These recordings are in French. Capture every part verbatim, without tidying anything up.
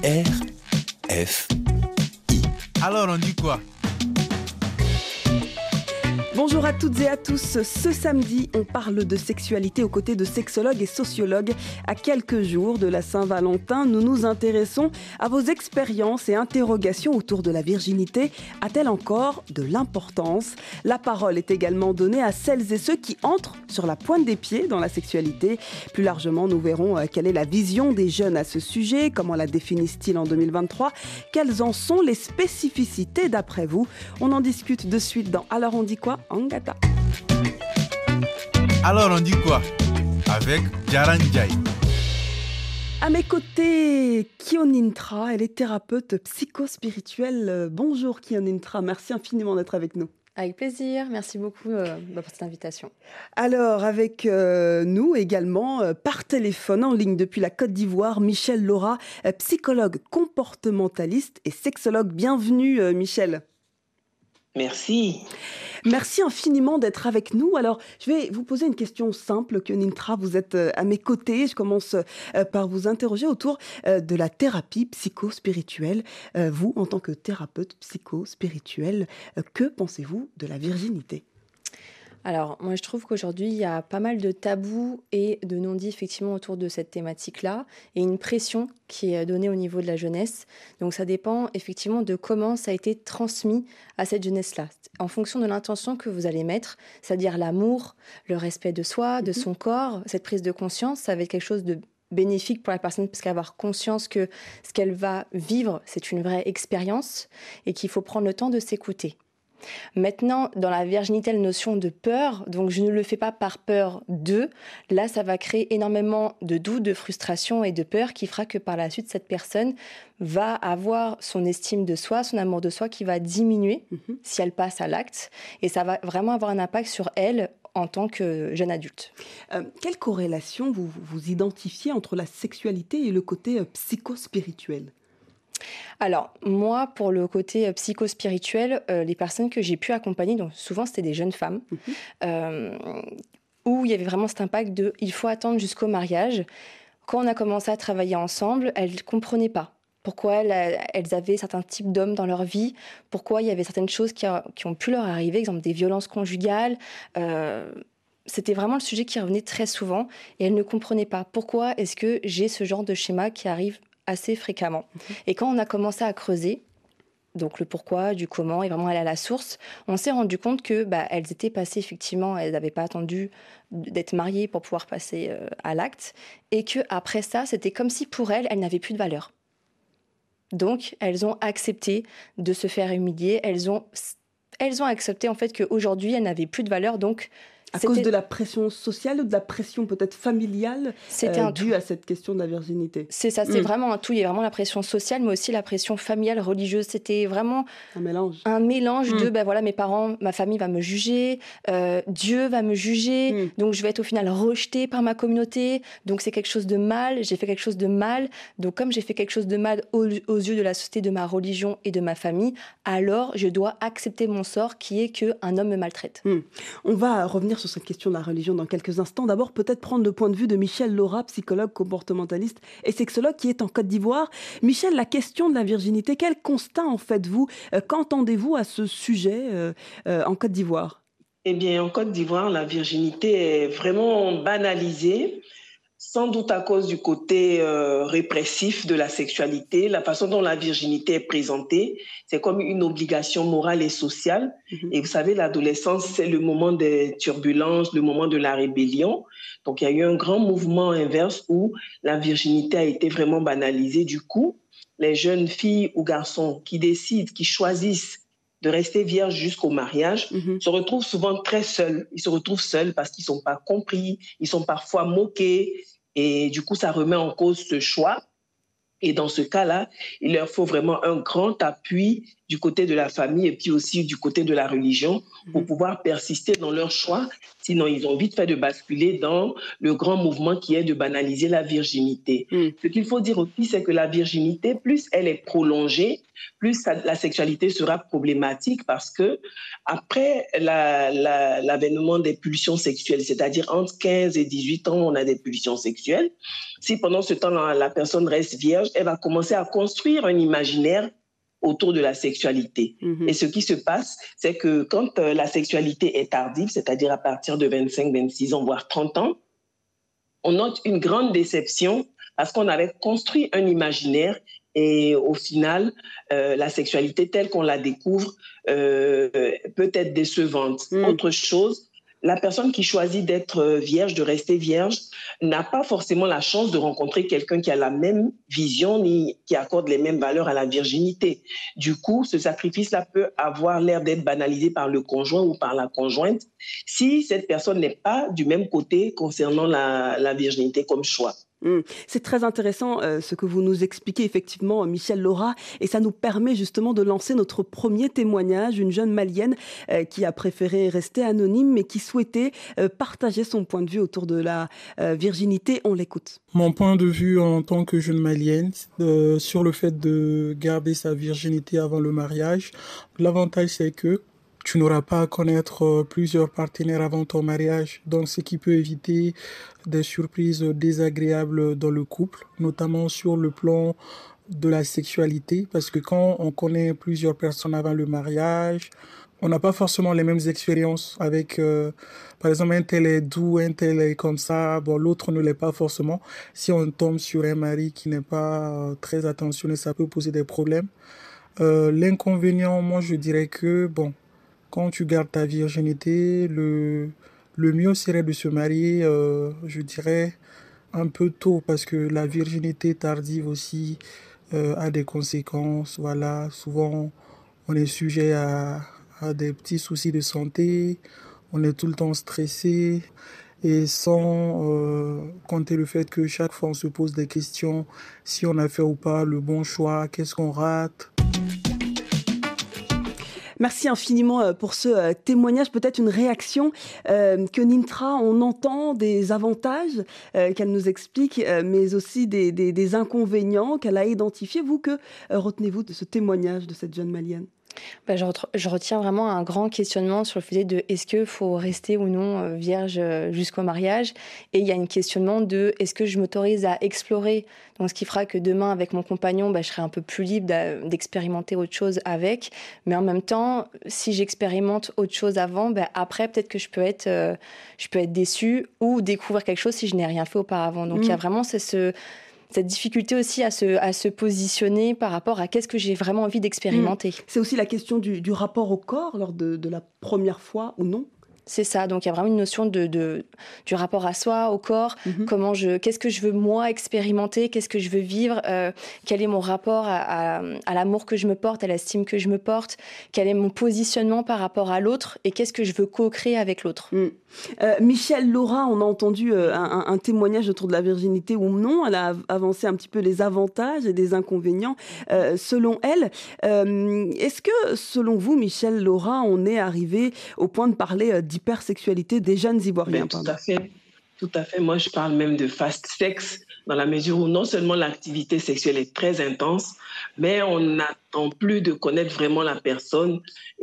R F I. Alors on dit quoi? Bonjour à toutes et à tous. Ce samedi, on parle de sexualité aux côtés de sexologues et sociologues. À quelques jours de la Saint-Valentin, nous nous intéressons à vos expériences et interrogations autour de la virginité. A-t-elle encore de l'importance? La parole est également donnée à celles et ceux qui entrent sur la pointe des pieds dans la sexualité. Plus largement, nous verrons quelle est la vision des jeunes à ce sujet, comment la définissent-ils en deux mille vingt-trois, quelles en sont les spécificités d'après vous. On en discute de suite dans Alors on dit quoi? Angata. Alors on dit quoi? Avec Jaran Jai. À mes côtés, Kionintra, elle est thérapeute psychospirituelle. Bonjour Kionintra, merci infiniment d'être avec nous. Avec plaisir, merci beaucoup euh, pour cette invitation. Alors, avec euh, nous également, euh, par téléphone en ligne depuis la Côte d'Ivoire, Michel Laura, euh, psychologue comportementaliste et sexologue. Bienvenue euh, Michel. Merci. Merci infiniment d'être avec nous. Alors, je vais vous poser une question simple. Kionintra, vous êtes à mes côtés. Je commence par vous interroger autour de la thérapie psychospirituelle. Vous, en tant que thérapeute psychospirituelle, que pensez-vous de la virginité ? Alors, moi, je trouve qu'aujourd'hui, il y a pas mal de tabous et de non-dits, effectivement, autour de cette thématique-là, et une pression qui est donnée au niveau de la jeunesse. Donc, ça dépend, effectivement, de comment ça a été transmis à cette jeunesse-là, en fonction de l'intention que vous allez mettre, c'est-à-dire l'amour, le respect de soi, de son corps, cette prise de conscience, ça va être quelque chose de bénéfique pour la personne, parce qu'avoir conscience que ce qu'elle va vivre, c'est une vraie expérience, et qu'il faut prendre le temps de s'écouter. Maintenant, dans la virginité, la notion de peur, donc je ne le fais pas par peur de, là ça va créer énormément de doutes, de frustration et de peur qui fera que par la suite cette personne va avoir son estime de soi, son amour de soi qui va diminuer mm-hmm. si elle passe à l'acte, et ça va vraiment avoir un impact sur elle en tant que jeune adulte. Euh, quelle corrélation vous, vous identifiez entre la sexualité et le côté euh, psychospirituel ? Alors, moi, pour le côté psychospirituel, euh, les personnes que j'ai pu accompagner, donc souvent c'était des jeunes femmes, mmh. euh, où il y avait vraiment cet impact de « il faut attendre jusqu'au mariage ». Quand on a commencé à travailler ensemble, elles ne comprenaient pas pourquoi elles, elles avaient certains types d'hommes dans leur vie, pourquoi il y avait certaines choses qui, a, qui ont pu leur arriver, exemple des violences conjugales. Euh, C'était vraiment le sujet qui revenait très souvent et elles ne comprenaient pas pourquoi est-ce que j'ai ce genre de schéma qui arrive assez fréquemment. Mmh. Et quand on a commencé à creuser, donc le pourquoi, du comment, et vraiment aller à la source, on s'est rendu compte que bah, elles étaient passées, effectivement, elles n'avaient pas attendu d'être mariées pour pouvoir passer euh, à l'acte, et qu'après ça, c'était comme si pour elles, elles n'avaient plus de valeur. Donc, elles ont accepté de se faire humilier, elles ont, elles ont accepté en fait qu'aujourd'hui, elles n'avaient plus de valeur, donc à C'était... cause de la pression sociale ou de la pression peut-être familiale C'était euh, un due à cette question de la virginité. C'est ça, c'est mmh. vraiment un tout. Il y a vraiment la pression sociale, mais aussi la pression familiale, religieuse. C'était vraiment un mélange, un mélange mmh. de ben voilà, mes parents, ma famille va me juger, euh, Dieu va me juger, mmh. donc je vais être au final rejetée par ma communauté. Donc c'est quelque chose de mal, j'ai fait quelque chose de mal. Donc comme j'ai fait quelque chose de mal aux, aux yeux de la société, de ma religion et de ma famille, alors je dois accepter mon sort qui est qu'un homme me maltraite. Mmh. On va revenir sur cette question de la religion dans quelques instants. D'abord, peut-être prendre le point de vue de Michel Laura, psychologue comportementaliste et sexologue qui est en Côte d'Ivoire. Michel, la question de la virginité, quel constat en faites-vous ? Qu'entendez-vous à ce sujet euh, euh, en Côte d'Ivoire ? Eh bien, en Côte d'Ivoire, la virginité est vraiment banalisée, sans doute à cause du côté euh, répressif de la sexualité. La façon dont la virginité est présentée, c'est comme une obligation morale et sociale. Mmh. Et vous savez, l'adolescence, c'est le moment des turbulences, le moment de la rébellion. Donc, il y a eu un grand mouvement inverse où la virginité a été vraiment banalisée. Du coup, les jeunes filles ou garçons qui décident, qui choisissent de rester vierges jusqu'au mariage, mmh. se retrouvent souvent très seuls. Ils se retrouvent seuls parce qu'ils ne sont pas compris, ils sont parfois moqués. Et du coup, ça remet en cause ce choix. Et dans ce cas-là, il leur faut vraiment un grand appui du côté de la famille et puis aussi du côté de la religion pour mmh. pouvoir persister dans leur choix. Sinon, ils ont vite fait de basculer dans le grand mouvement qui est de banaliser la virginité. Mmh. Ce qu'il faut dire aussi, c'est que la virginité, plus elle est prolongée, plus ça, la sexualité sera problématique parce que après la, la, l'avènement des pulsions sexuelles, c'est-à-dire entre quinze et dix-huit ans, on a des pulsions sexuelles. Si pendant ce temps, la, la personne reste vierge, elle va commencer à construire un imaginaire autour de la sexualité. Mm-hmm. Et ce qui se passe, c'est que quand euh, la sexualité est tardive, c'est-à-dire à partir de vingt-cinq, vingt-six ans, voire trente ans, on note une grande déception parce qu'on avait construit un imaginaire et au final, euh, la sexualité telle qu'on la découvre euh, peut être décevante. Mm. Autre chose, la personne qui choisit d'être vierge, de rester vierge, n'a pas forcément la chance de rencontrer quelqu'un qui a la même vision ni qui accorde les mêmes valeurs à la virginité. Du coup, ce sacrifice-là peut avoir l'air d'être banalisé par le conjoint ou par la conjointe si cette personne n'est pas du même côté concernant la, la virginité comme choix. Mmh. C'est très intéressant euh, ce que vous nous expliquez effectivement, Michel Laura, et ça nous permet justement de lancer notre premier témoignage, une jeune malienne euh, qui a préféré rester anonyme mais qui souhaitait euh, partager son point de vue autour de la euh, virginité. On l'écoute. Mon point de vue en tant que jeune malienne euh, sur le fait de garder sa virginité avant le mariage, l'avantage c'est que tu n'auras pas à connaître plusieurs partenaires avant ton mariage, donc ce qui peut éviter des surprises désagréables dans le couple, notamment sur le plan de la sexualité, parce que quand on connaît plusieurs personnes avant le mariage, on n'a pas forcément les mêmes expériences avec, euh, par exemple, un tel est doux, un tel est comme ça, bon, l'autre ne l'est pas forcément. Si on tombe sur un mari qui n'est pas très attentionné, ça peut poser des problèmes. Euh, l'inconvénient, moi, je dirais que, bon, quand tu gardes ta virginité, le, le mieux serait de se marier, euh, je dirais, un peu tôt, parce que la virginité tardive aussi euh, a des conséquences. Voilà, souvent, on est sujet à, à des petits soucis de santé, on est tout le temps stressé, et sans euh, compter le fait que chaque fois, on se pose des questions, si on a fait ou pas le bon choix, qu'est-ce qu'on rate. Merci infiniment pour ce témoignage, peut-être une réaction euh, que Nintra, on entend des avantages euh, qu'elle nous explique, euh, mais aussi des, des, des inconvénients qu'elle a identifiés. Vous, que euh, retenez-vous de ce témoignage de cette jeune malienne ? Ben, je, re- je retiens vraiment un grand questionnement sur le fait de est-ce qu'il faut rester ou non vierge jusqu'au mariage. Et il y a un questionnement de est-ce que je m'autorise à explorer, donc ce qui fera que demain avec mon compagnon, ben, je serai un peu plus libre d'expérimenter autre chose avec. Mais en même temps, si j'expérimente autre chose avant, ben, après peut-être que je peux être, euh, je peux être déçue ou découvrir quelque chose si je n'ai rien fait auparavant. Donc mmh. il y a vraiment ce... ce cette difficulté aussi à se, à se positionner par rapport à qu'est-ce que j'ai vraiment envie d'expérimenter. Mmh. C'est aussi la question du, du rapport au corps lors de, de la première fois ou non ? C'est ça, donc il y a vraiment une notion de, de, du rapport à soi, au corps, mmh. comment je, qu'est-ce que je veux moi expérimenter, qu'est-ce que je veux vivre, euh, quel est mon rapport à, à, à l'amour que je me porte, à l'estime que je me porte, quel est mon positionnement par rapport à l'autre et qu'est-ce que je veux co-créer avec l'autre. Mmh. Euh, Michel Laura, on a entendu euh, un, un témoignage autour de la virginité ou non, elle a avancé un petit peu les avantages et les inconvénients euh, selon elle. Euh, est-ce que selon vous, Michel Laura, on est arrivé au point de parler euh, d'hypersexualité des jeunes Ivoiriens? Tout à fait. Tout à fait. Moi, je parle même de fast sex, dans la mesure où non seulement l'activité sexuelle est très intense, mais on n'attend plus de connaître vraiment la personne.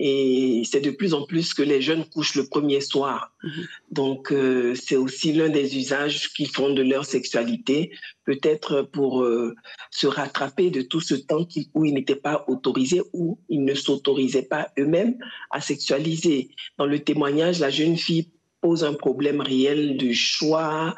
Et c'est de plus en plus que les jeunes couchent le premier soir. Mmh. Donc, euh, c'est aussi l'un des usages qu'ils font de leur sexualité, peut-être pour euh, se rattraper de tout ce temps qui, où ils n'étaient pas autorisés, où ils ne s'autorisaient pas eux-mêmes à sexualiser. Dans le témoignage, la jeune fille pose un problème réel de choix,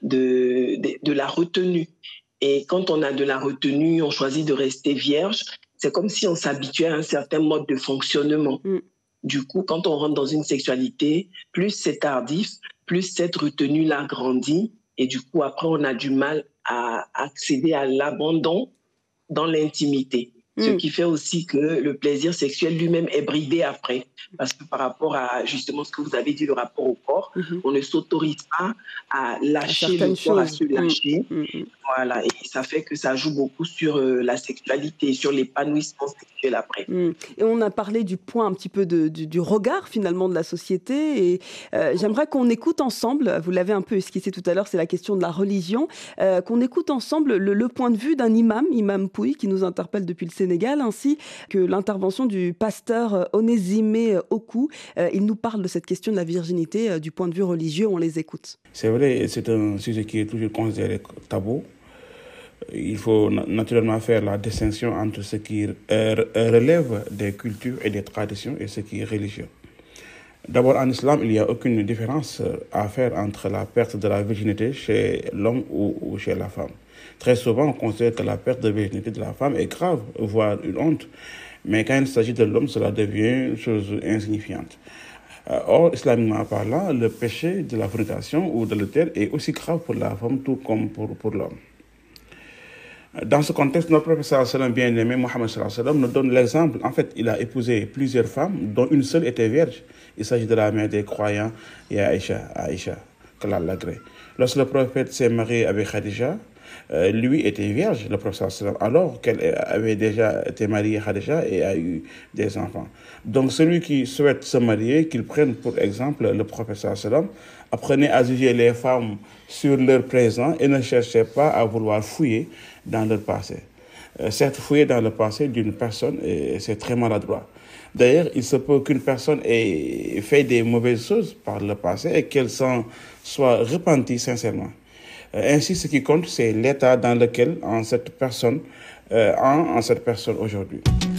de, de, de la retenue. Et quand on a de la retenue, on choisit de rester vierge, c'est comme si on s'habituait à un certain mode de fonctionnement. Mm. Du coup, quand on rentre dans une sexualité, plus c'est tardif, plus cette retenue-là grandit. Et du coup, après, on a du mal à accéder à l'abandon dans l'intimité. Ce mmh. qui fait aussi que le plaisir sexuel lui-même est bridé après. Parce que par rapport à justement ce que vous avez dit, le rapport au corps, mmh. on ne s'autorise pas à lâcher le corps, à se lâcher. Mmh. Voilà. Et ça fait que ça joue beaucoup sur euh, la sexualité, sur l'épanouissement sexuel après. Mmh. Et on a parlé du point un petit peu de, du, du regard finalement de la société. Et euh, j'aimerais qu'on écoute ensemble, vous l'avez un peu esquissé tout à l'heure, c'est la question de la religion, euh, qu'on écoute ensemble le, le point de vue d'un imam, Imam Pouy, qui nous interpelle depuis le Sénégal, ainsi que l'intervention du pasteur Onésime Oku. Euh, il nous parle de cette question de la virginité euh, du point de vue religieux. On les écoute. C'est vrai, c'est un sujet qui est toujours considéré tabou. Il faut naturellement faire la distinction entre ce qui relève des cultures et des traditions et ce qui est religieux. D'abord, en islam, il n'y a aucune différence à faire entre la perte de la virginité chez l'homme ou, ou chez la femme. Très souvent, on considère que la perte de virginité de la femme est grave, voire une honte. Mais quand il s'agit de l'homme, cela devient une chose insignifiante. Or, islamiquement parlant, le péché de la fornication ou de l'adultère est aussi grave pour la femme, tout comme pour, pour l'homme. Dans ce contexte, notre prophète bien-aimé, Mohammed nous donne l'exemple. En fait, il a épousé plusieurs femmes, dont une seule était vierge. Il s'agit de la mère des croyants, et Aïcha, Aïcha, que l'Allah l'agrée. Lorsque le prophète s'est marié avec Khadija, euh, lui était vierge, le prophète, alors qu'elle avait déjà été mariée Khadija et a eu des enfants. Donc, celui qui souhaite se marier, qu'il prenne pour exemple le prophète, apprenez à juger les femmes sur leur présent et ne cherchez pas à vouloir fouiller dans leur passé. Euh, certes, fouiller dans le passé d'une personne, euh, c'est très maladroit. D'ailleurs, il se peut qu'une personne ait fait des mauvaises choses par le passé et qu'elle s'en soit repentie sincèrement. Euh, ainsi, ce qui compte, c'est l'état dans lequel en cette personne, euh, en, en cette personne aujourd'hui.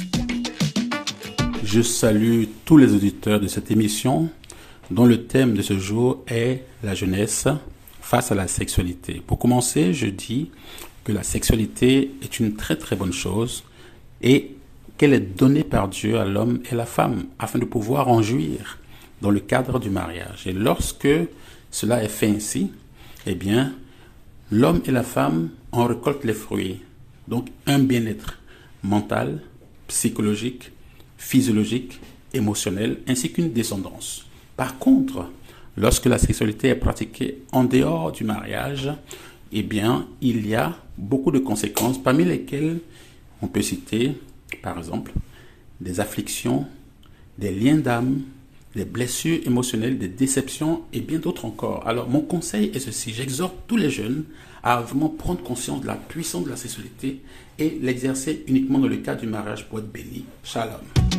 Je salue tous les auditeurs de cette émission dont le thème de ce jour est la jeunesse face à la sexualité. Pour commencer, je dis que la sexualité est une très très bonne chose et qu'elle est donnée par Dieu à l'homme et à la femme afin de pouvoir en jouir dans le cadre du mariage. Et lorsque cela est fait ainsi, eh bien, l'homme et la femme en récoltent les fruits. Donc un bien-être mental, psychologique, physiologique, émotionnel, ainsi qu'une descendance. Par contre, lorsque la sexualité est pratiquée en dehors du mariage, eh bien, il y a beaucoup de conséquences, parmi lesquelles on peut citer, par exemple, des afflictions, des liens d'âme, des blessures émotionnelles, des déceptions et bien d'autres encore. Alors, mon conseil est ceci, j'exhorte tous les jeunes à vraiment prendre conscience de la puissance de la sexualité et l'exercer uniquement dans le cadre du mariage pour être béni. Shalom.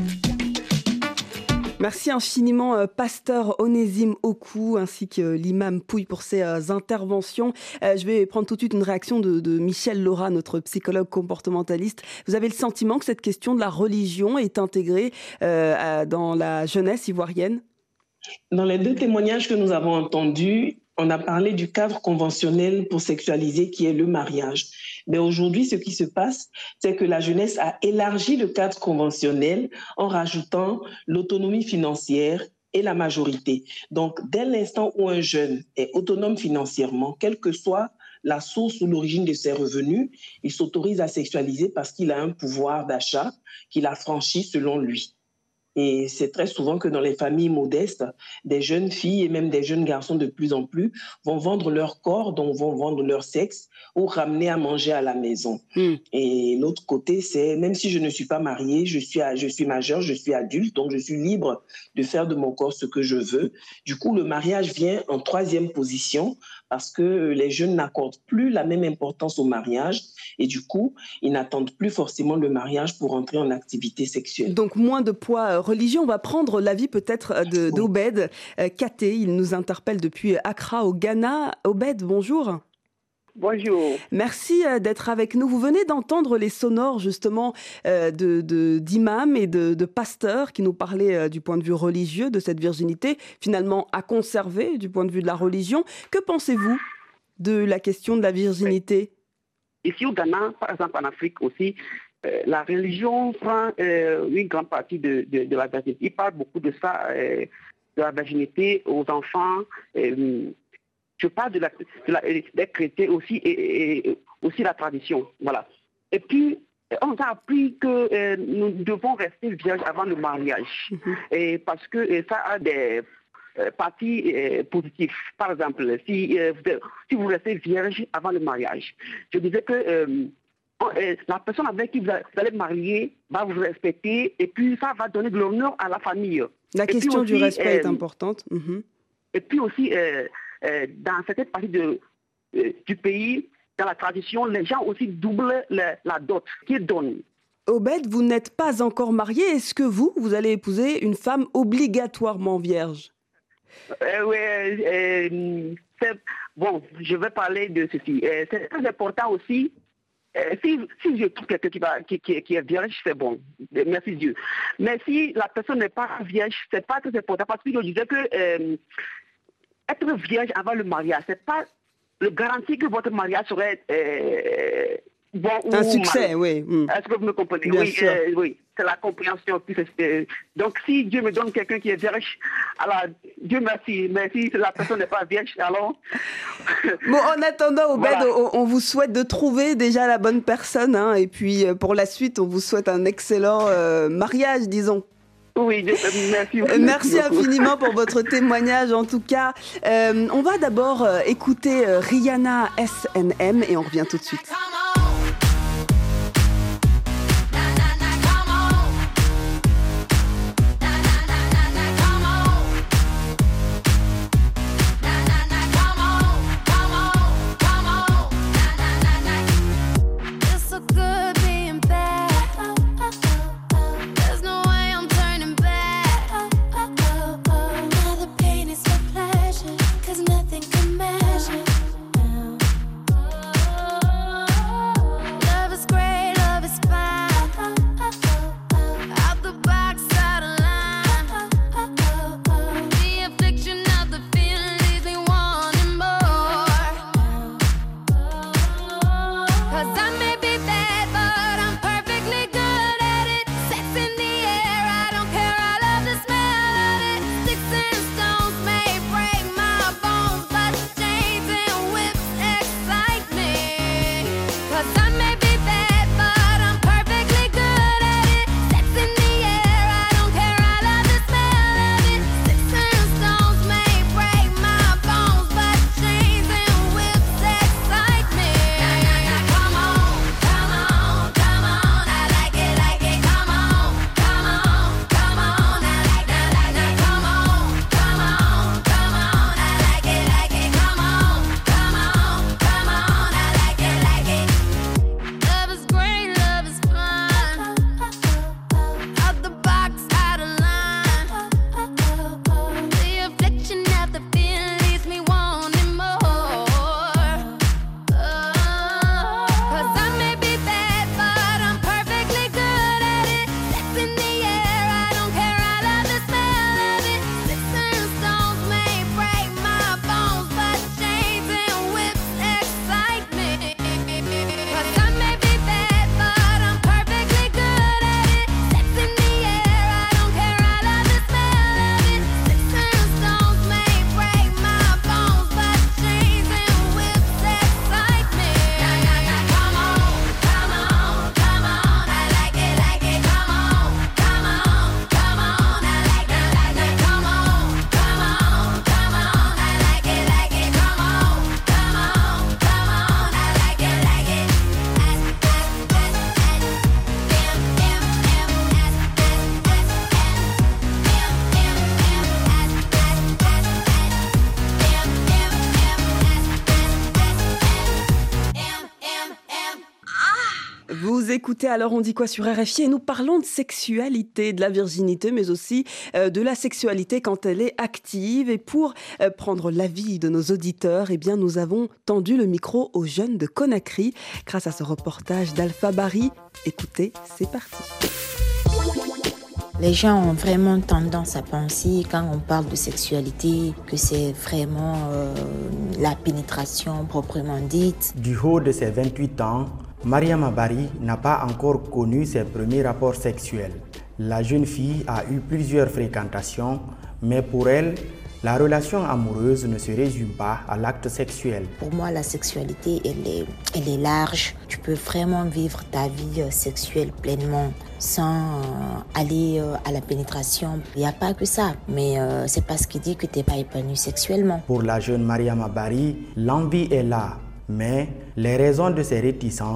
Merci infiniment, euh, pasteur Onésime Oku, ainsi que l'imam Pouy pour ces euh, interventions. Euh, je vais prendre tout de suite une réaction de, de Michel Laura, notre psychologue comportementaliste. Vous avez le sentiment que cette question de la religion est intégrée euh, à, dans la jeunesse ivoirienne ? Dans les deux témoignages que nous avons entendus, on a parlé du cadre conventionnel pour sexualiser qui est le mariage. Mais aujourd'hui, ce qui se passe, c'est que la jeunesse a élargi le cadre conventionnel en rajoutant l'autonomie financière et la majorité. Donc, dès l'instant où un jeune est autonome financièrement, quelle que soit la source ou l'origine de ses revenus, il s'autorise à sexualiser parce qu'il a un pouvoir d'achat qu'il a franchi selon lui. Et c'est très souvent que dans les familles modestes, des jeunes filles et même des jeunes garçons de plus en plus vont vendre leur corps, donc vont vendre leur sexe ou ramener à manger à la maison. Mm. Et l'autre côté, c'est même si je ne suis pas mariée, je suis, je suis majeure, je suis adulte, donc je suis libre de faire de mon corps ce que je veux. Du coup, le mariage vient en troisième position parce que les jeunes n'accordent plus la même importance au mariage et du coup, ils n'attendent plus forcément le mariage pour entrer en activité sexuelle. Donc, moins de poids religieux. On va prendre l'avis peut-être de, d'Obed euh, Katé. Il nous interpelle depuis Accra au Ghana. Obed, bonjour. Bonjour. Merci d'être avec nous. Vous venez d'entendre les sonores justement euh, de, de, d'imams et de, de pasteurs qui nous parlaient euh, du point de vue religieux de cette virginité, finalement à conserver du point de vue de la religion. Que pensez-vous de la question de la virginité ? Ici au Ghana, par exemple en Afrique aussi, euh, la religion prend euh, une grande partie de, de, de la virginité. Il parle beaucoup de ça, euh, de la virginité aux enfants. Euh, Je parle de la, de la, des chrétiens aussi et, et aussi la tradition, voilà. Et puis, on a appris que euh, nous devons rester vierges avant le mariage, mm-hmm. et parce que et ça a des euh, parties euh, positives. Par exemple, si, euh, vous, si vous restez vierge avant le mariage, je disais que euh, on, euh, la personne avec qui vous allez marier va vous respecter et puis ça va donner de l'honneur à la famille. La et question aussi, du respect euh, est importante. Mm-hmm. Et puis aussi... Euh, Euh, dans certaines parties de, euh, du pays, dans la tradition, les gens aussi doublent la, la dot qu'ils donnent. Obed, vous n'êtes pas encore marié. Est-ce que vous, vous allez épouser une femme obligatoirement vierge? euh, Oui, euh, c'est... Bon, je vais parler de ceci. Euh, c'est très important aussi. Euh, si, si je trouve quelqu'un qui, va, qui, qui, qui est vierge, c'est bon. Merci Dieu. Mais si la personne n'est pas vierge, c'est pas très important. Parce que je disais que euh, être vierge avant le mariage, c'est pas le garantie que votre mariage serait euh, bon ou un succès, mal. Oui. Mm. Est-ce que vous me comprenez? Bien Oui, sûr. euh, oui, c'est la compréhension. Donc, si Dieu me donne quelqu'un qui est vierge, alors Dieu merci. Mais si la personne n'est pas vierge, alors... Bon, en attendant, Obed, Voilà. on, on vous souhaite de trouver déjà la bonne personne. Hein, et puis, euh, pour la suite, on vous souhaite un excellent euh, mariage, disons. Oui, Dieu, merci. Euh, Merci infiniment pour votre témoignage, en tout cas. Euh, on va d'abord euh, écouter euh, Rihanna S N M et on revient tout de suite. Vous écoutez Alors on dit quoi sur R F I et nous parlons de sexualité, de la virginité, mais aussi euh, de la sexualité quand elle est active. Et pour euh, prendre l'avis de nos auditeurs, eh bien, nous avons tendu le micro aux jeunes de Conakry grâce à ce reportage d'Alpha Barry. Écoutez, c'est parti. Les gens ont vraiment tendance à penser, quand on parle de sexualité, que c'est vraiment euh, la pénétration proprement dite. Du haut de ses vingt-huit ans, Mariama Barry n'a pas encore connu ses premiers rapports sexuels. La jeune fille a eu plusieurs fréquentations, mais pour elle, la relation amoureuse ne se résume pas à l'acte sexuel. Pour moi, la sexualité, elle est, elle est large. Tu peux vraiment vivre ta vie sexuelle pleinement sans aller à la pénétration. Il n'y a pas que ça, mais euh, c'est pas ce qui dit que tu n'es pas épanoui sexuellement. Pour la jeune Mariama Barry, l'envie est là, mais les raisons de ses réticences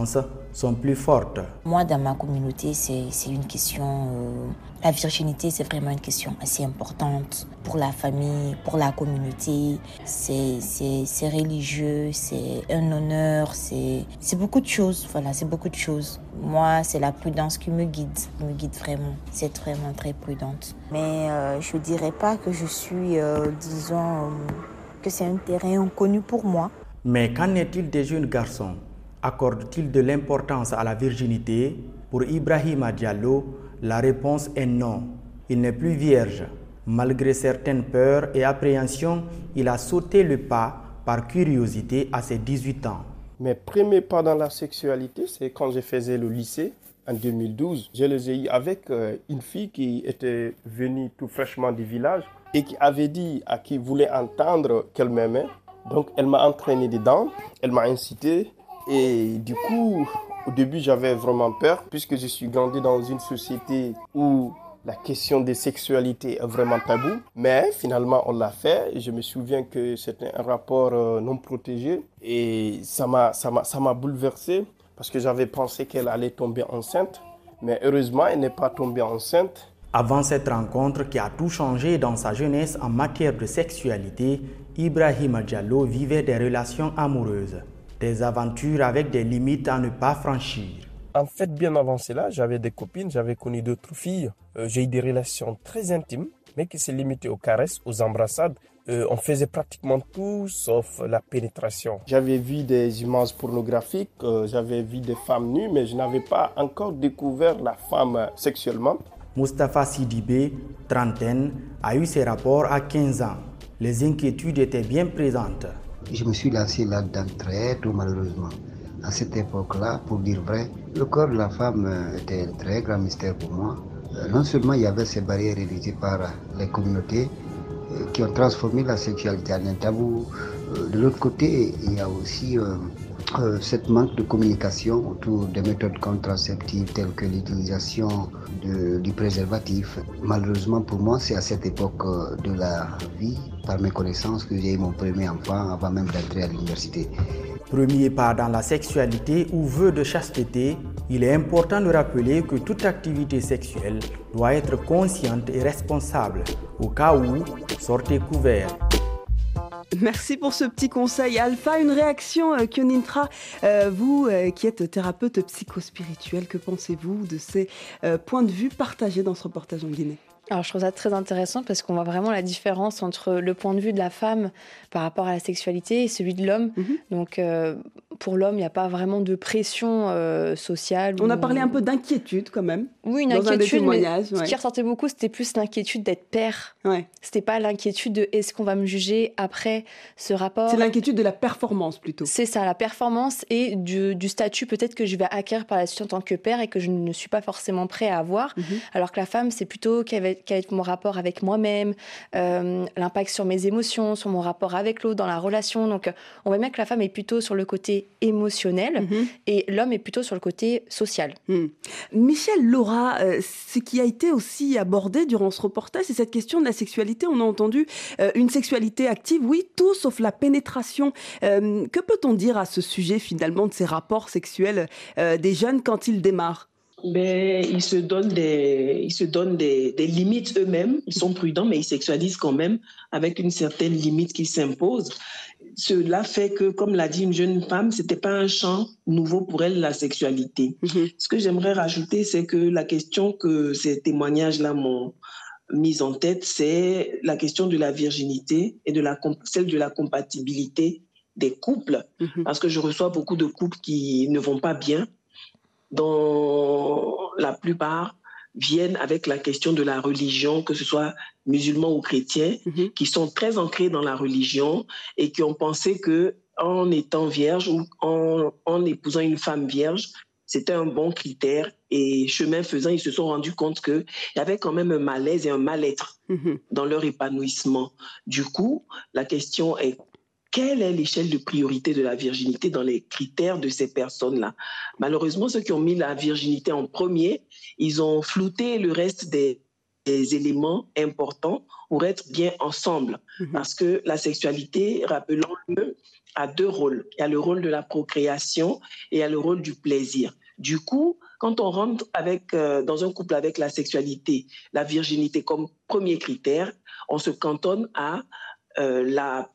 sont plus fortes. Moi, dans ma communauté, c'est, c'est une question... Euh, la virginité, c'est vraiment une question assez importante pour la famille, pour la communauté. C'est, c'est, c'est religieux, c'est un honneur, c'est, c'est beaucoup de choses. Voilà, c'est beaucoup de choses. Moi, c'est la prudence qui me guide, me guide vraiment. C'est vraiment très prudente. Mais euh, je ne dirais pas que je suis, euh, disons, euh, que c'est un terrain inconnu pour moi. Mais qu'en est-il des jeunes garçons? Accordent-ils de l'importance à la virginité? Pour Ibrahima Diallo, la réponse est non. Il n'est plus vierge. Malgré certaines peurs et appréhensions, il a sauté le pas par curiosité à ses dix-huit ans. Mes premiers pas dans la sexualité, c'est quand je faisais le lycée en deux mille douze. Je les ai eus avec une fille qui était venue tout fraîchement du village et qui avait dit à qui voulait entendre qu'elle m'aimait. Donc elle m'a entraîné dedans, elle m'a incité et du coup, au début j'avais vraiment peur puisque je suis grandi dans une société où la question des sexualités est vraiment tabou. Mais finalement on l'a fait et je me souviens que c'était un rapport euh, non protégé et ça m'a, ça m'a, ça m'a bouleversé parce que j'avais pensé qu'elle allait tomber enceinte. Mais heureusement elle n'est pas tombée enceinte. Avant cette rencontre qui a tout changé dans sa jeunesse en matière de sexualité, Ibrahima Diallo vivait des relations amoureuses, des aventures avec des limites à ne pas franchir. En fait, bien avant cela, j'avais des copines, j'avais connu d'autres filles. Euh, j'ai eu des relations très intimes, mais qui se limitaient aux caresses, aux embrassades. Euh, on faisait pratiquement tout sauf la pénétration. J'avais vu des images pornographiques, euh, j'avais vu des femmes nues, mais je n'avais pas encore découvert la femme sexuellement. Moustapha Sidibé, trentaine, a eu ses rapports à quinze ans. Les inquiétudes étaient bien présentes. Je me suis lancé là-dedans très tôt malheureusement. À cette époque-là, pour dire vrai, le corps de la femme était un très grand mystère pour moi. Non seulement il y avait ces barrières érigées par les communautés qui ont transformé la sexualité en un tabou. De l'autre côté, il y a aussi euh, euh, cette manque de communication autour des méthodes contraceptives telles que l'utilisation de, du préservatif. Malheureusement pour moi, c'est à cette époque de la vie, par mes connaissances, que j'ai eu mon premier enfant avant même d'entrer à l'université. Premier pas dans la sexualité ou vœu de chasteté, il est important de rappeler que toute activité sexuelle doit être consciente et responsable. Au cas où, sortez couverts. Merci pour ce petit conseil. Alpha, une réaction, euh, Kyonintra, euh, vous euh, qui êtes thérapeute psychospirituel, que pensez-vous de ces euh, points de vue partagés dans ce reportage en Guinée ? Alors, je trouve ça très intéressant parce qu'on voit vraiment la différence entre le point de vue de la femme par rapport à la sexualité et celui de l'homme. Mm-hmm. Donc, euh, pour l'homme, il n'y a pas vraiment de pression euh, sociale. On ou... a parlé un peu d'inquiétude quand même. Oui, une dans inquiétude, mais ouais. ce qui ressortait beaucoup, c'était plus l'inquiétude d'être père. Ouais. C'était pas l'inquiétude de est-ce qu'on va me juger après ce rapport. C'est l'inquiétude de la performance plutôt. C'est ça, la performance et du, du statut peut-être que je vais acquérir par la suite en tant que père et que je ne suis pas forcément prêt à avoir. Mm-hmm. Alors que la femme, c'est plutôt quel va, quel va être mon rapport avec moi-même, euh, l'impact sur mes émotions, sur mon rapport avec l'autre, dans la relation. Donc, on voit bien que la femme est plutôt sur le côté émotionnel mm-hmm. et l'homme est plutôt sur le côté social. Mm. Michel, Laura, euh, ce qui a été aussi abordé durant ce reportage, c'est cette question de la sexualité. On a entendu euh, une sexualité active, oui, tout sauf la pénétration. Euh, que peut-on dire à ce sujet, finalement, de ces rapports sexuels euh, des jeunes quand ils démarrent ? Ben, ils se donnent, des, ils se donnent des, des limites eux-mêmes. Ils sont prudents, mais ils sexualisent quand même avec une certaine limite qui s'impose. Cela fait que, comme l'a dit une jeune femme, ce n'était pas un champ nouveau pour elle, la sexualité. Mm-hmm. Ce que j'aimerais rajouter, c'est que la question que ces témoignages-là m'ont mise en tête, c'est la question de la virginité et de la, celle de la compatibilité des couples. Mm-hmm. Parce que je reçois beaucoup de couples qui ne vont pas bien, dont la plupart viennent avec la question de la religion, que ce soit musulmans ou chrétiens, mm-hmm. qui sont très ancrés dans la religion et qui ont pensé qu'en étant vierge ou en, en épousant une femme vierge, c'était un bon critère. Et chemin faisant, ils se sont rendus compte qu'il y avait quand même un malaise et un mal-être mm-hmm. dans leur épanouissement. Du coup, la question est: quelle est l'échelle de priorité de la virginité dans les critères de ces personnes-là? Malheureusement, ceux qui ont mis la virginité en premier, ils ont flouté le reste des, des éléments importants pour être bien ensemble. Mmh. Parce que la sexualité, rappelons-le, a deux rôles. Il y a le rôle de la procréation et il y a le rôle du plaisir. Du coup, quand on rentre avec, euh, dans un couple avec la sexualité, la virginité comme premier critère, on se cantonne à euh, la,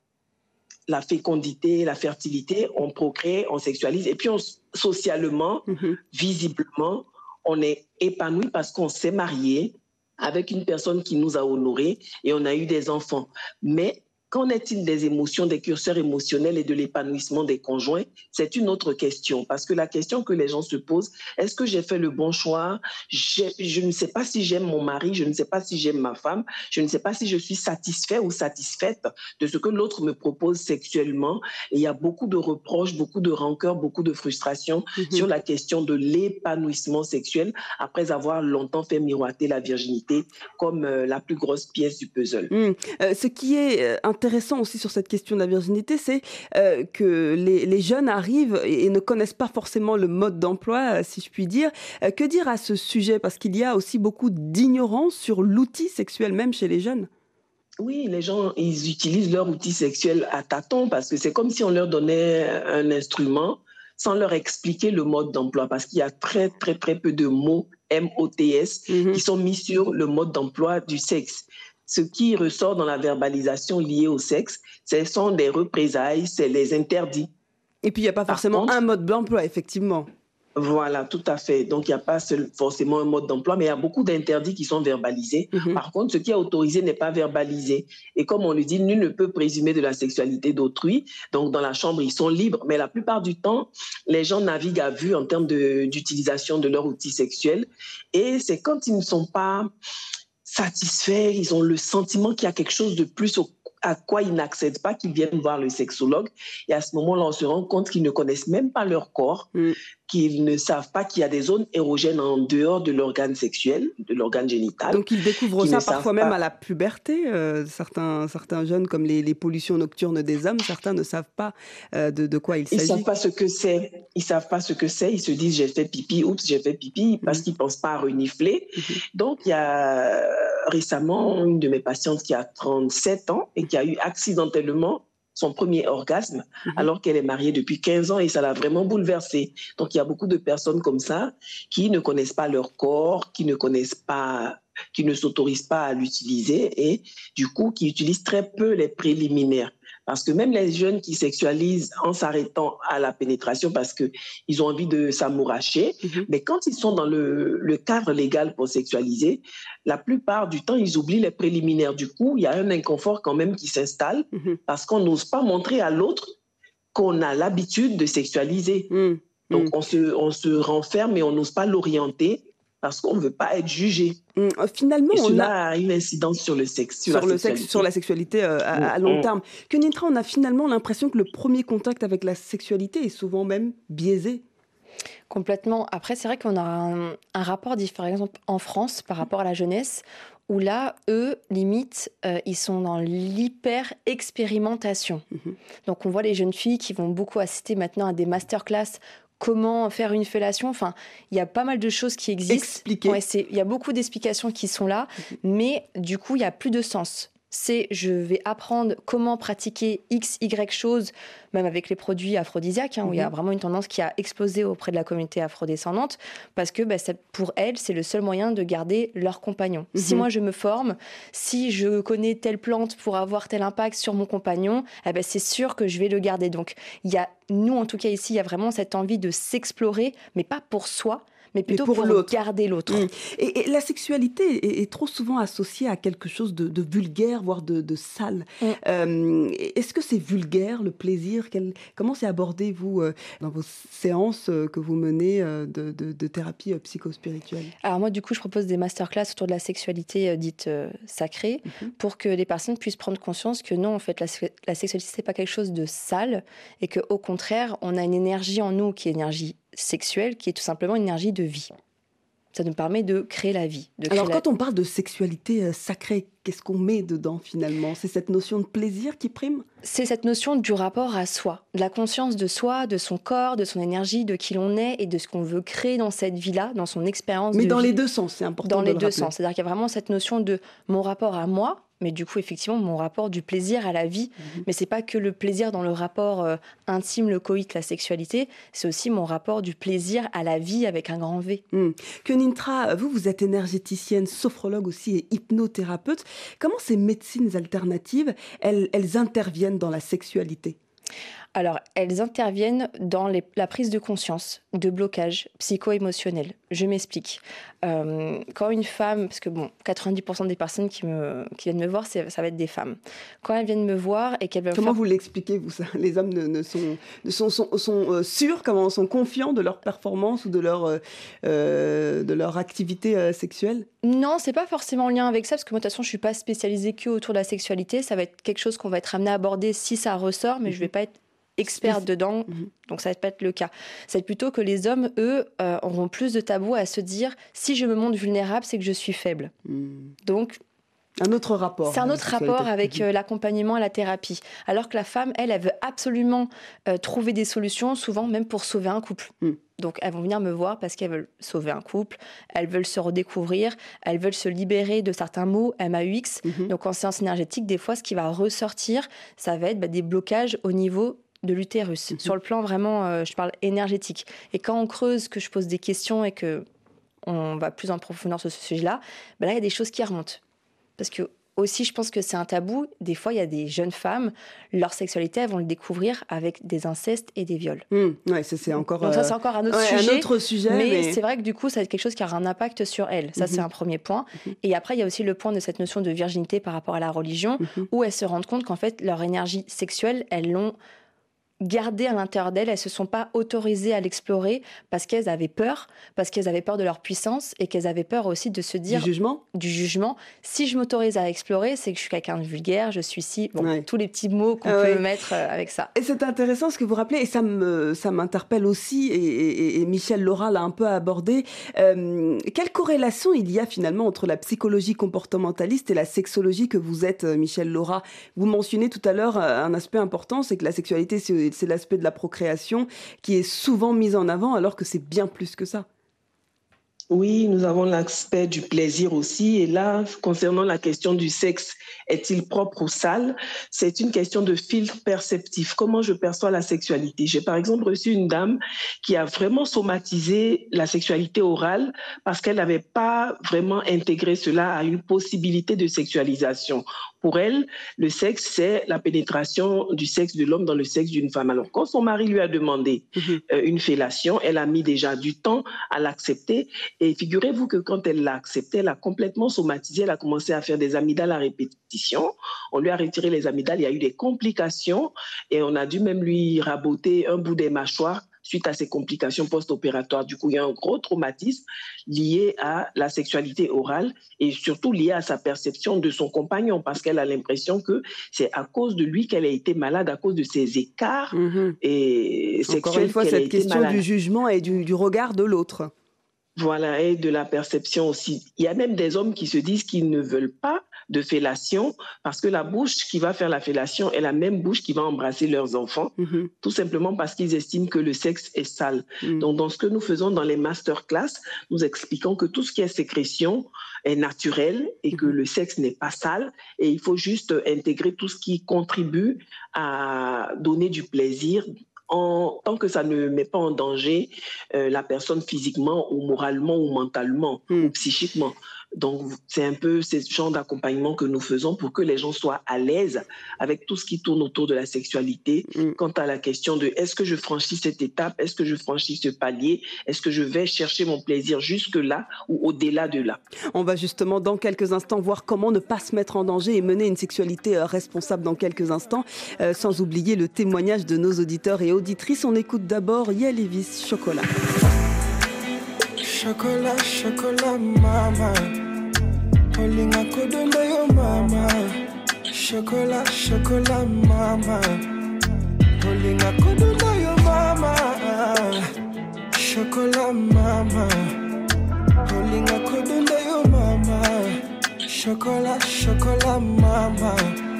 la fécondité, la fertilité, on procrée, on sexualise, et puis on, socialement, mmh. visiblement, on est épanoui parce qu'on s'est marié avec une personne qui nous a honorés et on a eu des enfants. Mais qu'en est-il des émotions, des curseurs émotionnels et de l'épanouissement des conjoints? C'est une autre question. Parce que la question que les gens se posent, est-ce que j'ai fait le bon choix? j'ai, Je ne sais pas si j'aime mon mari, je ne sais pas si j'aime ma femme, je ne sais pas si je suis satisfait ou satisfaite de ce que l'autre me propose sexuellement. Et il y a beaucoup de reproches, beaucoup de rancœur, beaucoup de frustration mm-hmm. sur la question de l'épanouissement sexuel après avoir longtemps fait miroiter la virginité comme euh, la plus grosse pièce du puzzle. Mm. Euh, ce qui est euh, intéressant aussi sur cette question de la virginité, c'est euh, que les, les jeunes arrivent et, et ne connaissent pas forcément le mode d'emploi, si je puis dire. Euh, que dire à ce sujet? Parce qu'il y a aussi beaucoup d'ignorance sur l'outil sexuel même chez les jeunes. Oui, les gens, ils utilisent leur outil sexuel à tâtons parce que c'est comme si on leur donnait un instrument sans leur expliquer le mode d'emploi, parce qu'il y a très, très, très peu de mots M O T S mm-hmm. qui sont mis sur le mode d'emploi du sexe. Ce qui ressort dans la verbalisation liée au sexe, ce sont des représailles, c'est les interdits. Et puis, il n'y a pas Par forcément contre, un mode d'emploi, effectivement. Voilà, tout à fait. Donc, il n'y a pas seul, forcément un mode d'emploi, mais il y a beaucoup d'interdits qui sont verbalisés. Mm-hmm. Par contre, ce qui est autorisé n'est pas verbalisé. Et comme on le dit, nul ne peut présumer de la sexualité d'autrui. Donc, dans la chambre, ils sont libres. Mais la plupart du temps, les gens naviguent à vue en termes de, d'utilisation de leur outil sexuel. Et c'est quand ils ne sont pas satisfaits, ils ont le sentiment qu'il y a quelque chose de plus au, à quoi ils n'accèdent pas, qu'ils viennent voir le sexologue. Et à ce moment-là, on se rend compte qu'ils ne connaissent même pas leur corps, mm. qu'ils ne savent pas qu'il y a des zones érogènes en dehors de l'organe sexuel, de l'organe génital. Donc ils découvrent ça parfois même pas... à la puberté. Euh, certains, certains jeunes, comme les, les pollutions nocturnes des hommes, certains ne savent pas euh, de, de quoi il s'agit. Ils ne savent pas ce que c'est. Ils savent pas ce que c'est. Ils se disent j'ai fait pipi, oups, j'ai fait pipi, parce mm. qu'ils ne pensent pas à renifler. Mm-hmm. Donc il y a récemment une de mes patientes qui a trente-sept ans et qui a eu accidentellement son premier orgasme, mmh. alors qu'elle est mariée depuis quinze ans et ça l'a vraiment bouleversée. Donc, il y a beaucoup de personnes comme ça qui ne connaissent pas leur corps, qui ne connaissent pas, qui ne s'autorisent pas à l'utiliser et du coup, qui utilisent très peu les préliminaires. Parce que même les jeunes qui sexualisent en s'arrêtant à la pénétration parce qu'ils ont envie de s'amouracher, mmh. mais quand ils sont dans le, le cadre légal pour sexualiser, la plupart du temps, ils oublient les préliminaires. Du coup, il y a un inconfort quand même qui s'installe mmh. parce qu'on n'ose pas montrer à l'autre qu'on a l'habitude de sexualiser. Mmh. Donc, mmh. on se, on se renferme et on n'ose pas l'orienter parce qu'on ne veut pas être jugé. Mmh, finalement, et on cela a... a une incidence sur le sexe, sur, sur, le sexe, sur la sexualité euh, à, mmh. à long terme. Que Nintra, on a finalement l'impression que le premier contact avec la sexualité est souvent même biaisé. Complètement. Après, c'est vrai qu'on a un, un rapport différent, par exemple, en France, par rapport à la jeunesse, où là, eux, limite, euh, ils sont dans l'hyper-expérimentation. Mmh. Donc, on voit les jeunes filles qui vont beaucoup assister maintenant à des masterclass. Comment faire une fellation, enfin, il y a pas mal de choses qui existent. Expliquer. Ouais, c'est, il y a beaucoup d'explications qui sont là, mmh. mais du coup, il n'y a plus de sens. C'est, je vais apprendre comment pratiquer X, Y choses, même avec les produits aphrodisiaques, hein, mmh. où il y a vraiment une tendance qui a explosé auprès de la communauté afrodescendante, parce que bah, ça, pour elles, c'est le seul moyen de garder leur compagnon. Mmh. Si moi, je me forme, si je connais telle plante pour avoir tel impact sur mon compagnon, eh ben, c'est sûr que je vais le garder. Donc, il y a, nous, en tout cas ici, il y a vraiment cette envie de s'explorer, mais pas pour soi, mais plutôt mais pour, pour l'autre. Garder l'autre. Mmh. Et, et la sexualité est, est trop souvent associée à quelque chose de, de vulgaire, voire de, de sale. Mmh. Euh, est-ce que c'est vulgaire, le plaisir? Quel, comment c'est abordé, vous, euh, dans vos séances euh, que vous menez euh, de, de, de thérapie euh, psychospirituelle? Alors moi, du coup, je propose des masterclass autour de la sexualité euh, dite euh, sacrée, mmh. pour que les personnes puissent prendre conscience que non, en fait, la, la sexualité, c'est pas quelque chose de sale, et qu'au contraire, on a une énergie en nous qui est énergie sexuelle, qui est tout simplement une énergie de vie. Ça nous permet de créer la vie. De créer Alors, la... quand on parle de sexualité euh, sacrée, qu'est-ce qu'on met dedans finalement ? C'est cette notion de plaisir qui prime ? C'est cette notion du rapport à soi, de la conscience de soi, de son corps, de son énergie, de qui l'on est et de ce qu'on veut créer dans cette vie-là, dans son expérience. Mais de dans vie. les deux sens, c'est important. Dans de les le deux rappeler. sens. C'est-à-dire qu'il y a vraiment cette notion de mon rapport à moi, mais du coup, effectivement, mon rapport du plaisir à la vie. Mmh. Mais c'est pas que le plaisir dans le rapport euh, intime, le coït, la sexualité, c'est aussi mon rapport du plaisir à la vie avec un grand V. Mmh. Kenintra, vous, vous êtes énergéticienne, sophrologue aussi et hypnothérapeute. Comment ces médecines alternatives, elles, elles interviennent dans la sexualité ? Alors, elles interviennent dans les, la prise de conscience de blocage psycho-émotionnel. Je m'explique. Euh, quand une femme, parce que bon, quatre-vingt-dix pour cent des personnes qui, me, qui viennent me voir, c'est, ça va être des femmes. Quand elles viennent me voir et qu'elles veulent Comment faire... vous l'expliquez, vous ça ? Les hommes ne, ne sont, ne sont, sont, sont euh, sûrs, comment sont confiants de leur performance ou de leur, euh, euh, de leur activité euh, sexuelle ? Non, c'est pas forcément en lien avec ça, parce que moi, de toute façon, je suis pas spécialisée que autour de la sexualité. Ça va être quelque chose qu'on va être amené à aborder si ça ressort, mais mmh. je vais pas être experte dedans, mmh. donc ça va pas être le cas. C'est plutôt que les hommes, eux, euh, auront plus de tabou à se dire si je me montre vulnérable, c'est que je suis faible. Mmh. Donc un autre rapport. C'est un autre rapport avec euh, l'accompagnement et la thérapie. Alors que la femme, elle, elle veut absolument euh, trouver des solutions, souvent même pour sauver un couple. Mmh. Donc elles vont venir me voir parce qu'elles veulent sauver un couple, elles veulent se redécouvrir, elles veulent se libérer de certains mots M A U X. Mmh. Donc en séance énergétique, des fois, ce qui va ressortir, ça va être bah, des blocages au niveau de l'utérus, mmh. sur le plan vraiment, euh, je parle énergétique. Et quand on creuse, que je pose des questions et que on va plus en profondeur sur ce sujet-là, ben là, il y a des choses qui remontent. Parce que aussi, je pense que c'est un tabou. Des fois, il y a des jeunes femmes, leur sexualité, elles vont le découvrir avec des incestes et des viols. Mmh, ouais, ça, c'est encore, Donc ça, c'est encore un autre, ouais, sujet, un autre sujet. Mais, mais c'est vrai que du coup, ça va être quelque chose qui aura un impact sur elles. Ça, mmh. c'est un premier point. Mmh. Et après, il y a aussi le point de cette notion de virginité par rapport à la religion, mmh. où elles se rendent compte qu'en fait, leur énergie sexuelle, elles l'ont gardées à l'intérieur d'elles, elles ne se sont pas autorisées à l'explorer parce qu'elles avaient peur, parce qu'elles avaient peur de leur puissance et qu'elles avaient peur aussi de se dire... Du jugement ? Du jugement. Si je m'autorise à explorer, c'est que je suis quelqu'un de vulgaire, je suis si... Bon, ouais. tous les petits mots qu'on ah peut ouais. mettre avec ça. Et c'est intéressant ce que vous rappelez, et ça, me, ça m'interpelle aussi, et, et, et Michel Laura l'a un peu abordé. Euh, quelle corrélation il y a finalement entre la psychologie comportementaliste et la sexologie que vous êtes, Michel Laura ? Vous mentionnez tout à l'heure un aspect important, c'est que la sexualité, c'est c'est l'aspect de la procréation qui est souvent mis en avant alors que c'est bien plus que ça. Oui, nous avons l'aspect du plaisir aussi. Et là, concernant la question du sexe, est-il propre ou sale ? C'est une question de filtre perceptif. Comment je perçois la sexualité ? J'ai par exemple reçu une dame qui a vraiment somatisé la sexualité orale parce qu'elle n'avait pas vraiment intégré cela à une possibilité de sexualisation. Pour elle, le sexe, c'est la pénétration du sexe de l'homme dans le sexe d'une femme. Alors, quand son mari lui a demandé mmh. euh, une fellation, elle a mis déjà du temps à l'accepter. Et figurez-vous que quand elle l'a accepté, elle a complètement somatisé, elle a commencé à faire des amygdales à répétition. On lui a retiré les amygdales, il y a eu des complications et on a dû même lui raboter un bout des mâchoires suite à ces complications post-opératoires. Du coup, il y a un gros traumatisme lié à la sexualité orale et surtout lié à sa perception de son compagnon parce qu'elle a l'impression que c'est à cause de lui qu'elle a été malade, à cause de ses écarts mmh. et sexuels. Encore une fois, cette question malade. Du jugement et du, du regard de l'autre. Voilà, et de la perception aussi. Il y a même des hommes qui se disent qu'ils ne veulent pas de fellation parce que la bouche qui va faire la fellation est la même bouche qui va embrasser leurs enfants, mmh. tout simplement parce qu'ils estiment que le sexe est sale. Mmh. Donc, dans ce que nous faisons dans les masterclass, nous expliquons que tout ce qui est sécrétion est naturel et mmh. que le sexe n'est pas sale et il faut juste intégrer tout ce qui contribue à donner du plaisir En, tant que ça ne met pas en danger euh, la personne physiquement ou moralement ou mentalement mmh. ou psychiquement. Donc, c'est un peu ce genre d'accompagnement que nous faisons pour que les gens soient à l'aise avec tout ce qui tourne autour de la sexualité. Mmh. Quant à la question de est-ce que je franchis cette étape, est-ce que je franchis ce palier, est-ce que je vais chercher mon plaisir jusque-là ou au-delà de là. On va justement dans quelques instants voir comment ne pas se mettre en danger et mener une sexualité euh, responsable dans quelques instants, euh, sans oublier le témoignage de nos auditeurs et auditrices. On écoute d'abord Yael Levis, Chocolat. Chocolat, chocolat, mama. Olinga kodonda yo mama. Chocolat, chocolat, mama. Olinga kodonda yo mama. Chocolat, mama. Olinga kodunda yo mama. Chocolat, chocolat mama.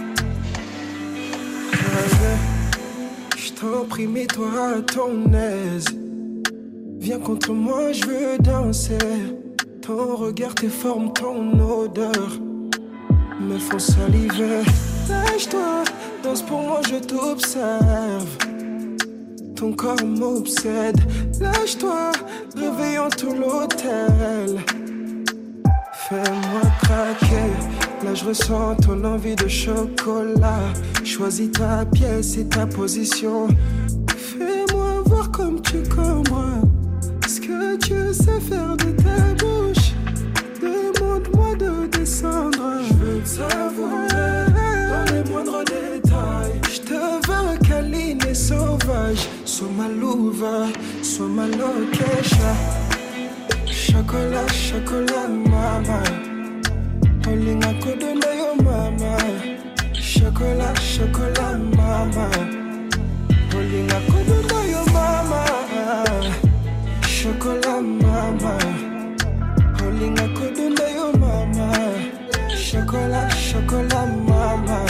Je t'en prie, mets-toi à ton aise. Viens contre moi, je veux danser. Ton regard, tes formes, ton odeur me font saliver. Lâche-toi, danse pour moi, je t'observe. Ton corps m'obsède. Lâche-toi, réveillons tout l'hôtel. Fais-moi craquer. Là je ressens ton envie de chocolat. Choisis ta pièce et ta position. Fais-moi voir comme tu comme moi. Ce que tu sais faire de ta bouche. Demande-moi de descendre. Je veux te savourer dans les moindres détails. Je te veux câline et sauvage. Sois ma louva, sois ma loquecha. Chocolat, chocolat mama. Olinga kodunda yo mama. Chocolat, chocolat mama. Olinga kodunda yo mama. Chocolat mama. Olinga kodunda yo mama. Chocolat, chocolat mama.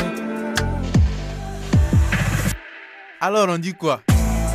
Alors on dit quoi?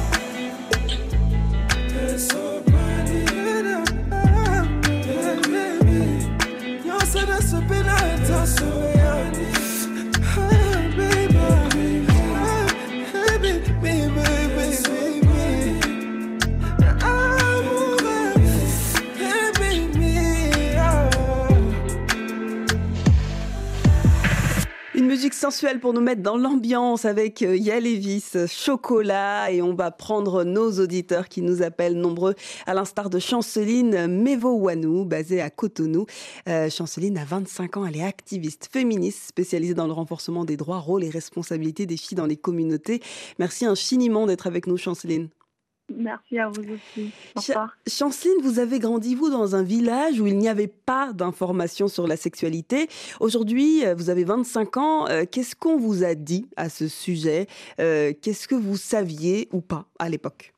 Une musique sensuelle pour nous mettre dans l'ambiance avec Yael Evis, Chocolat, et on va prendre nos auditeurs qui nous appellent nombreux, à l'instar de Chanceline Mevo-Wanou, basée à Cotonou. Euh, Chanceline a vingt-cinq ans, elle est activiste féministe spécialisée dans le renforcement des droits, rôles et responsabilités des filles dans les communautés. Merci infiniment d'être avec nous, Chanceline. Merci à vous aussi. Au revoir. Ch- Chanceline, vous avez grandi, vous, dans un village où il n'y avait pas d'informations sur la sexualité. Aujourd'hui, vous avez vingt-cinq ans. Euh, qu'est-ce qu'on vous a dit à ce sujet? euh, Qu'est-ce que vous saviez ou pas à l'époque?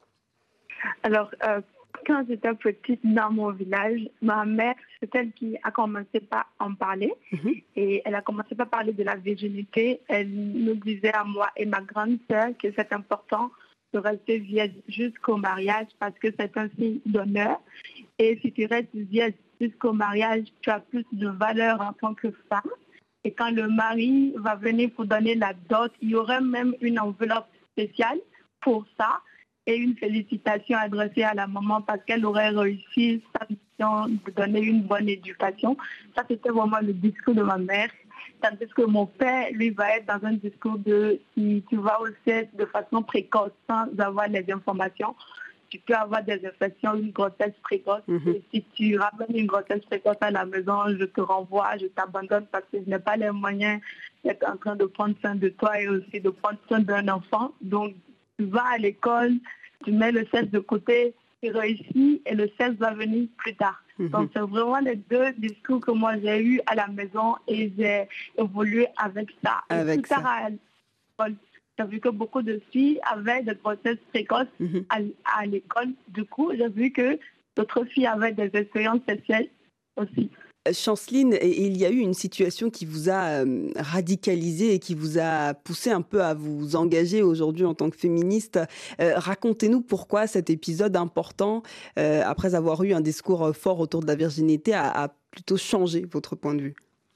Alors, euh, quand j'étais petite dans mon village, ma mère, c'est elle qui a commencé par en parler. Mmh. Et elle a commencé par parler de la virginité. Elle nous disait à moi et ma grande sœur que c'est important de rester vierge jusqu'au mariage parce que c'est un signe d'honneur. Et si tu restes vierge jusqu'au mariage, tu as plus de valeur en tant que femme. Et quand le mari va venir pour donner la dot, il y aurait même une enveloppe spéciale pour ça et une félicitation adressée à la maman parce qu'elle aurait réussi sa mission de donner une bonne éducation. Ça, c'était vraiment le discours de ma mère. Tandis que mon père, lui, va être dans un discours de si tu vas au sexe de façon précoce sans avoir les informations, tu peux avoir des infections, une grossesse précoce. Mm-hmm. Et si tu ramènes une grossesse précoce à la maison, je te renvoie, je t'abandonne parce que je n'ai pas les moyens d'être en train de prendre soin de toi et aussi de prendre soin d'un enfant. Donc, tu vas à l'école, tu mets le sexe de côté, tu réussis et le sexe va venir plus tard. Mm-hmm. Donc, c'est vraiment les deux discours que moi j'ai eus à la maison et j'ai évolué avec ça. Avec et plus tard, à l'école, j'ai vu que beaucoup de filles avaient des grossesses précoces mm-hmm. à, à l'école. Du coup, j'ai vu que d'autres filles avaient des expériences sexuelles aussi. Chanceline, il y a eu une situation qui vous a radicalisée et qui vous a poussé un peu à vous engager aujourd'hui en tant que féministe. Euh, racontez-nous pourquoi cet épisode important, euh, après avoir eu un discours fort autour de la virginité, a, a plutôt changé votre point de vue.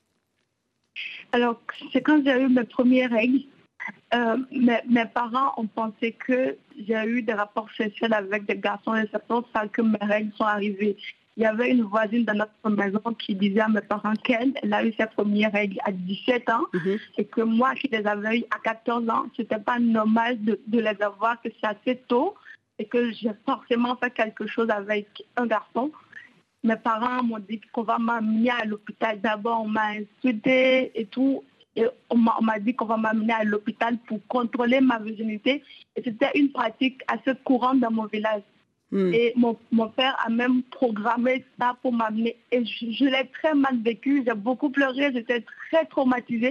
Alors, c'est quand j'ai eu mes premières règles. Euh, mes, mes parents ont pensé que j'ai eu des rapports sexuels avec des garçons et c'est pour ça que mes règles sont arrivées. Il y avait une voisine dans notre maison qui disait à mes parents qu'elle elle a eu ses premières règles à dix-sept ans mm-hmm. et que moi qui les avais eues à quatorze ans, c'était pas normal de, de les avoir, que c'est assez tôt et que j'ai forcément fait quelque chose avec un garçon. Mes parents m'ont dit qu'on va m'amener à l'hôpital. D'abord, on m'a insulté et tout. Et on m'a, on m'a dit qu'on va m'amener à l'hôpital pour contrôler ma virginité. Et c'était une pratique assez courante dans mon village. Mm. Et mon, mon père a même programmé ça pour m'amener. Et je, je l'ai très mal vécu. J'ai beaucoup pleuré. J'étais très traumatisée.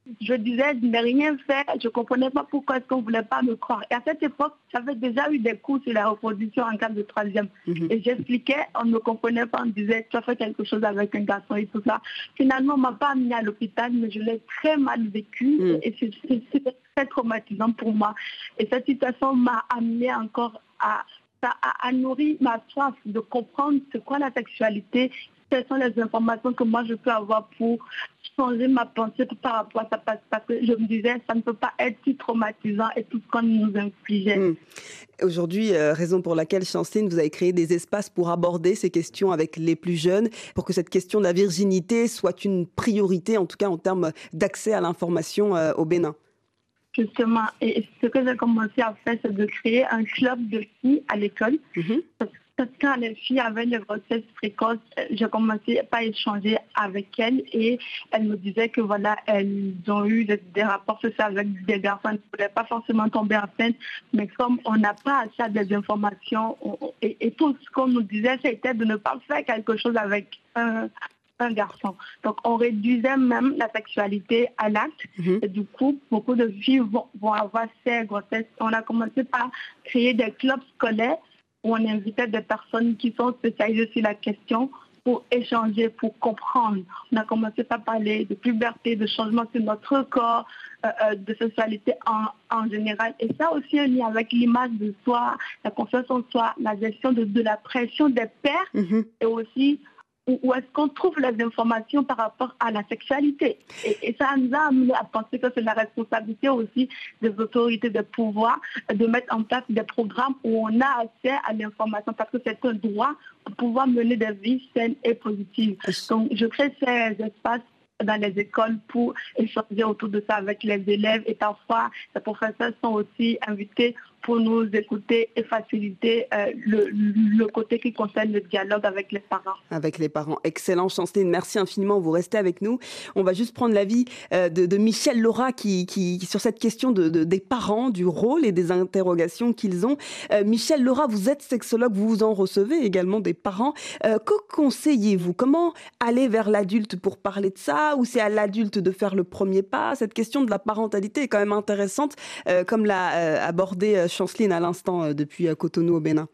je disais, je n'ai rien fait, je ne comprenais pas pourquoi est-ce qu'on ne voulait pas me croire. Et à cette époque, j'avais déjà eu des cours sur la reproduction en classe de troisième. Mm-hmm. Et j'expliquais, on ne me comprenait pas, on me disait, tu as fait quelque chose avec un garçon et tout ça. Finalement, on ne m'a pas amené à l'hôpital, mais je l'ai très mal vécu mm. et c'était très traumatisant pour moi. Et cette situation m'a amené encore à, à, à nourrir ma soif de comprendre c'est quoi la sexualité, quelles sont les informations que moi je peux avoir pour changer ma pensée par rapport à ça, parce que je me disais ça ne peut pas être si traumatisant et tout ce qu'on nous infligeait. Mmh. Aujourd'hui, euh, raison pour laquelle, Chanceline, vous avez créé des espaces pour aborder ces questions avec les plus jeunes, pour que cette question de la virginité soit une priorité, en tout cas en termes d'accès à l'information euh, au Bénin. Justement, et ce que j'ai commencé à faire, c'est de créer un club de filles à l'école. Mmh. Parce que quand les filles avaient une grossesse précoce, j'ai commencé à échanger avec elles et elles me disaient que voilà, elles ont eu des, des rapports sociaux avec des garçons, elles ne voulaient pas forcément tomber enceinte, mais comme on n'a pas accès à des informations, on, et, et tout ce qu'on nous disait, c'était de ne pas faire quelque chose avec un, un garçon. Donc on réduisait même la sexualité à l'acte, mmh. et du coup, beaucoup de filles vont, vont avoir ces grossesses. On a commencé par créer des clubs scolaires où on invitait des personnes qui sont spécialisées sur la question pour échanger, pour comprendre. On a commencé par parler de puberté, de changement sur notre corps, euh, de sexualité en, en général. Et ça aussi un lien avec l'image de soi, la confiance en soi, la gestion de, de la pression des pères, mmh. et aussi où, où est-ce qu'on trouve les informations par rapport à la sexualité. Et, et ça nous a amené à penser que c'est la responsabilité aussi des autorités de pouvoir de mettre en place des programmes où on a accès à l'information, parce que c'est un droit pour pouvoir mener des vies saines et positives. Donc je crée ces espaces dans les écoles pour échanger autour de ça avec les élèves, et parfois les professeurs sont aussi invités pour nous écouter et faciliter euh, le, le côté qui concerne le dialogue avec les parents. Avec les parents. Excellent, Chanceline. Merci infiniment. Vous restez avec nous. On va juste prendre l'avis euh, de, de Michel Laura qui, qui, sur cette question de, de, des parents, du rôle et des interrogations qu'ils ont. Euh, Michel Laura, vous êtes sexologue, vous vous en recevez également des parents. Euh, que conseillez-vous? Comment aller vers l'adulte pour parler de ça? Ou c'est à l'adulte de faire le premier pas? Cette question de la parentalité est quand même intéressante, euh, comme l'a euh, abordé euh, Chanceline à l'instant euh, depuis euh, Cotonou au Bénin.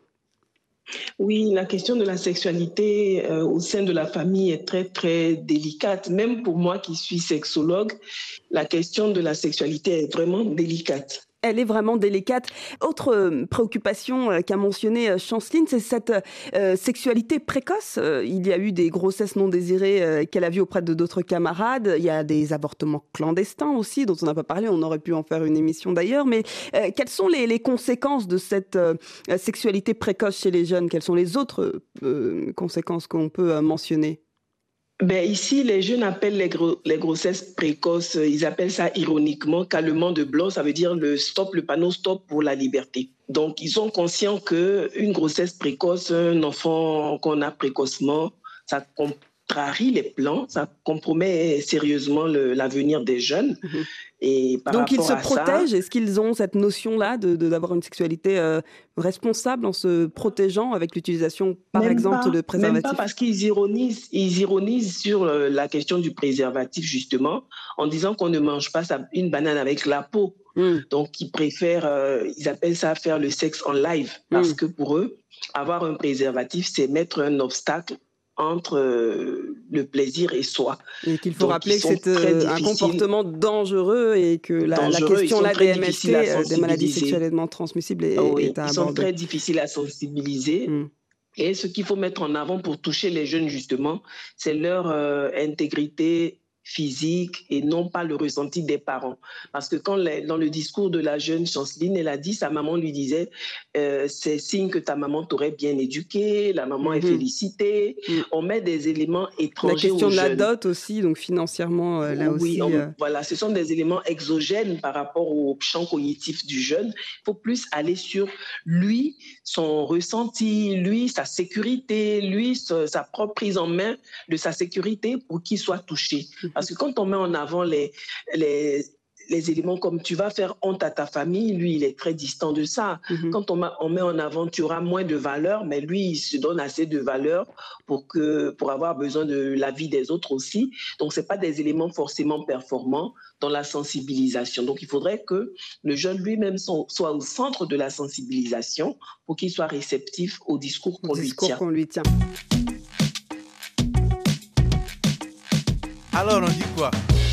Oui, la question de la sexualité euh, au sein de la famille est très, très délicate. Même pour moi qui suis sexologue, la question de la sexualité est vraiment délicate. Elle est vraiment délicate. Autre préoccupation qu'a mentionné Chanceline, c'est cette euh, sexualité précoce. Euh, il y a eu des grossesses non désirées euh, qu'elle a vues auprès de d'autres camarades. Il y a des avortements clandestins aussi, dont on n'a pas parlé. On aurait pu en faire une émission d'ailleurs. Mais euh, quelles sont les, les conséquences de cette euh, sexualité précoce chez les jeunes? Quelles sont les autres euh, conséquences qu'on peut euh, mentionner? Ben ici, les jeunes appellent les, gros, les grossesses précoces, ils appellent ça ironiquement calmement de blanc, ça veut dire le stop, le panneau stop pour la liberté. Donc, ils sont conscients qu'une grossesse précoce, un enfant qu'on a précocement, ça contrarie les plans, ça compromet sérieusement le, l'avenir des jeunes. Mmh. Et par Donc, ils se protègent. Ça, est-ce qu'ils ont cette notion-là de, de, d'avoir une sexualité euh, responsable en se protégeant avec l'utilisation, par même exemple, pas, de préservatifs? Même pas, parce qu'ils ironisent, ils ironisent sur la question du préservatif, justement, en disant qu'on ne mange pas une banane avec la peau. Mm. Donc, ils préfèrent, euh, ils appellent ça faire le sexe en live, parce mm. que pour eux, avoir un préservatif, c'est mettre un obstacle entre euh, le plaisir et soi. Et qu'il faut Donc, rappeler que c'est euh, un comportement dangereux et que la, la question là, des M S T, euh, des maladies sexuellement transmissibles, est, oh oui, est à ils aborder. sont très difficiles à sensibiliser. Mm. Et ce qu'il faut mettre en avant pour toucher les jeunes, justement, c'est leur euh, intégrité physique et non pas le ressenti des parents. Parce que quand les, dans le discours de la jeune Chanceline, elle a dit, sa maman lui disait euh, c'est signe que ta maman t'aurait bien éduqué, la maman mm-hmm. est félicitée. Mm. On met des éléments étrangers aux jeunes. La question de la dot aussi, donc financièrement, euh, là oui, aussi. On, euh... Voilà, ce sont des éléments exogènes par rapport au champ cognitif du jeune. Il faut plus aller sur lui, son ressenti, lui, sa sécurité, lui, sa, sa propre prise en main de sa sécurité pour qu'il soit touché. Mm-hmm. Parce que quand on met en avant les, les, les éléments comme tu vas faire honte à ta famille, lui, il est très distant de ça. Mm-hmm. Quand on, on met en avant, tu auras moins de valeur, mais lui, il se donne assez de valeur pour, que, pour avoir besoin de l'avis des autres aussi. Donc, ce n'est pas des éléments forcément performants dans la sensibilisation. Donc, il faudrait que le jeune lui-même soit au centre de la sensibilisation pour qu'il soit réceptif au discours qu'on, au discours lui, tient. qu'on lui tient. Alors, on dit quoi ?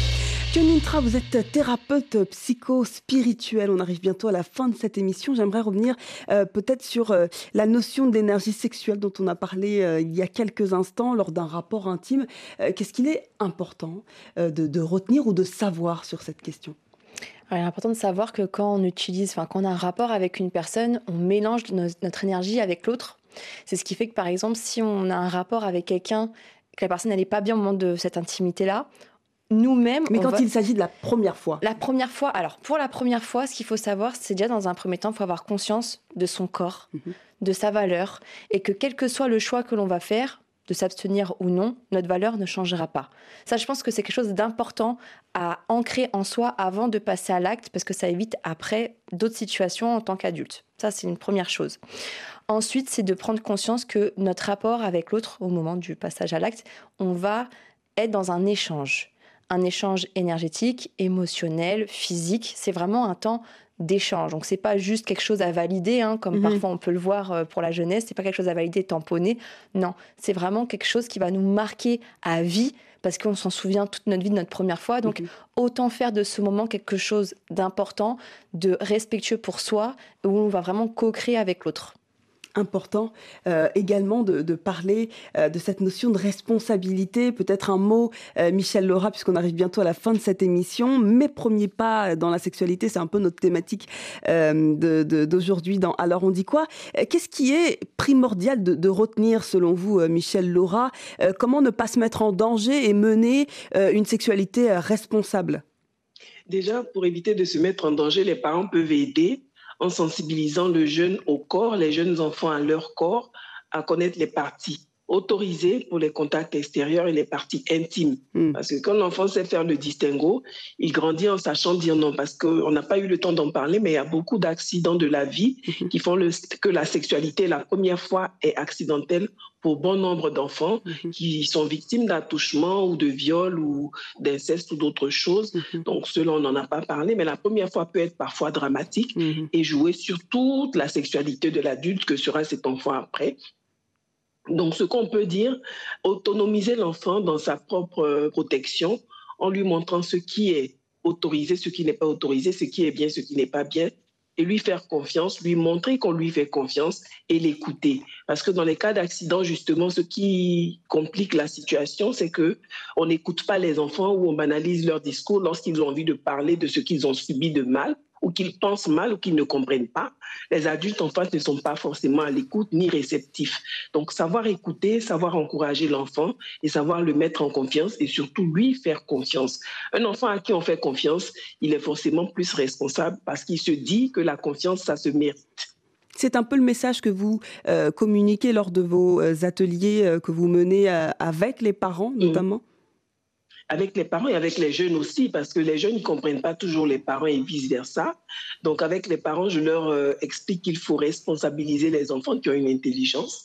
Nintra, vous êtes thérapeute psycho-spirituel. On arrive bientôt à la fin de cette émission. J'aimerais revenir euh, peut-être sur euh, la notion d'énergie sexuelle dont on a parlé euh, il y a quelques instants lors d'un rapport intime. Euh, qu'est-ce qu'il est important euh, de, de retenir ou de savoir sur cette question ? Alors, il est important de savoir que quand on utilise, enfin, quand on a un rapport avec une personne, on mélange nos, notre énergie avec l'autre. C'est ce qui fait que, par exemple, si on a un rapport avec quelqu'un, que la personne n'est pas bien au moment de cette intimité-là, nous-mêmes... Mais quand va... il s'agit de la première fois. La première fois, alors pour la première fois, ce qu'il faut savoir, c'est déjà dans un premier temps, il faut avoir conscience de son corps, mmh. de sa valeur, et que quel que soit le choix que l'on va faire, de s'abstenir ou non, notre valeur ne changera pas. Ça, je pense que c'est quelque chose d'important à ancrer en soi avant de passer à l'acte, parce que ça évite après d'autres situations en tant qu'adulte. Ça, c'est une première chose. Ensuite, c'est de prendre conscience que notre rapport avec l'autre, au moment du passage à l'acte, on va être dans un échange. Un échange énergétique, émotionnel, physique. C'est vraiment un temps d'échange. Donc, c'est pas juste quelque chose à valider, hein, comme mmh. parfois on peut le voir pour la jeunesse. C'est pas quelque chose à valider, tamponner. Non, c'est vraiment quelque chose qui va nous marquer à vie parce qu'on s'en souvient toute notre vie de notre première fois. Donc, mmh. autant faire de ce moment quelque chose d'important, de respectueux pour soi, où on va vraiment co-créer avec l'autre. Important euh, également de, de parler euh, de cette notion de responsabilité. Peut-être un mot, euh, Michel Laura, puisqu'on arrive bientôt à la fin de cette émission. Mes premiers pas dans la sexualité, c'est un peu notre thématique euh, de, de, d'aujourd'hui dans Alors on dit quoi ? Qu'est-ce qui est primordial de, de retenir selon vous, Michel Laura ? euh, Comment ne pas se mettre en danger et mener euh, une sexualité responsable ? Déjà, pour éviter de se mettre en danger, les parents peuvent aider en sensibilisant le jeune au corps, les jeunes enfants à leur corps, à connaître les parties autorisées pour les contacts extérieurs et les parties intimes. Mm. Parce que quand l'enfant sait faire le distinguo, il grandit en sachant dire non, parce qu'on n'a pas eu le temps d'en parler, mais il y a beaucoup d'accidents de la vie mm-hmm. qui font le, que la sexualité, la première fois, est accidentelle pour bon nombre d'enfants mm-hmm. qui sont victimes d'attouchements ou de viols ou d'inceste ou d'autres choses. Mm-hmm. Donc, cela, on n'en a pas parlé, mais la première fois peut être parfois dramatique mm-hmm. et jouer sur toute la sexualité de l'adulte que sera cet enfant après. Donc, ce qu'on peut dire, autonomiser l'enfant dans sa propre protection en lui montrant ce qui est autorisé, ce qui n'est pas autorisé, ce qui est bien, ce qui n'est pas bien, et lui faire confiance, lui montrer qu'on lui fait confiance et l'écouter. Parce que dans les cas d'accident, justement, ce qui complique la situation, c'est qu'on n'écoute pas les enfants ou on banalise leur discours lorsqu'ils ont envie de parler de ce qu'ils ont subi de mal, ou qu'ils pensent mal ou qu'ils ne comprennent pas. Les adultes en face ne sont pas forcément à l'écoute ni réceptifs. Donc, savoir écouter, savoir encourager l'enfant et savoir le mettre en confiance et surtout lui faire confiance. Un enfant à qui on fait confiance, il est forcément plus responsable parce qu'il se dit que la confiance, ça se mérite. C'est un peu le message que vous euh, communiquez lors de vos euh, ateliers euh, que vous menez euh, avec les parents, notamment ? Mmh. Avec les parents et avec les jeunes aussi, parce que les jeunes ne comprennent pas toujours les parents et vice-versa. Donc, avec les parents, je leur euh, explique qu'il faut responsabiliser les enfants qui ont une intelligence.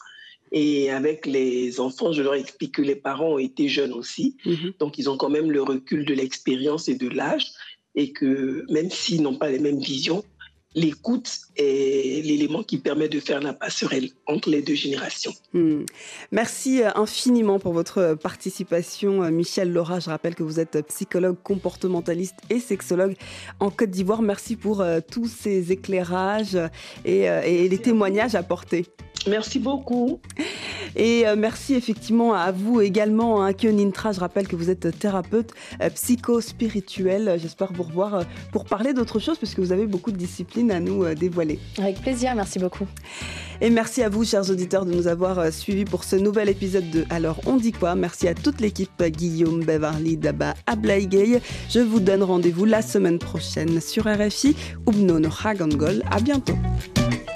Et avec les enfants, je leur explique que les parents ont été jeunes aussi. Mm-hmm. Donc, ils ont quand même le recul de l'expérience et de l'âge. Et que même s'ils n'ont pas les mêmes visions, l'écoute est l'élément qui permet de faire la passerelle entre les deux générations. Mmh. Merci infiniment pour votre participation, Michel Laura. Je rappelle que vous êtes psychologue comportementaliste et sexologue en Côte d'Ivoire. Merci pour euh, tous ces éclairages et, euh, et les témoignages apportés. Merci beaucoup. Et euh, merci effectivement à vous également, hein, Kyo Nintra. Je rappelle que vous êtes thérapeute euh, psycho-spirituel. J'espère vous revoir euh, pour parler d'autre chose, puisque vous avez beaucoup de disciplines à nous euh, dévoiler. Avec plaisir, merci beaucoup. Et merci à vous, chers auditeurs, de nous avoir euh, suivis pour ce nouvel épisode de Alors on dit quoi. Merci à toute l'équipe, Guillaume, Beverly, Daba, Ablaïgay. Je vous donne rendez-vous la semaine prochaine sur R F I. Ubno no Hagangol. À bientôt.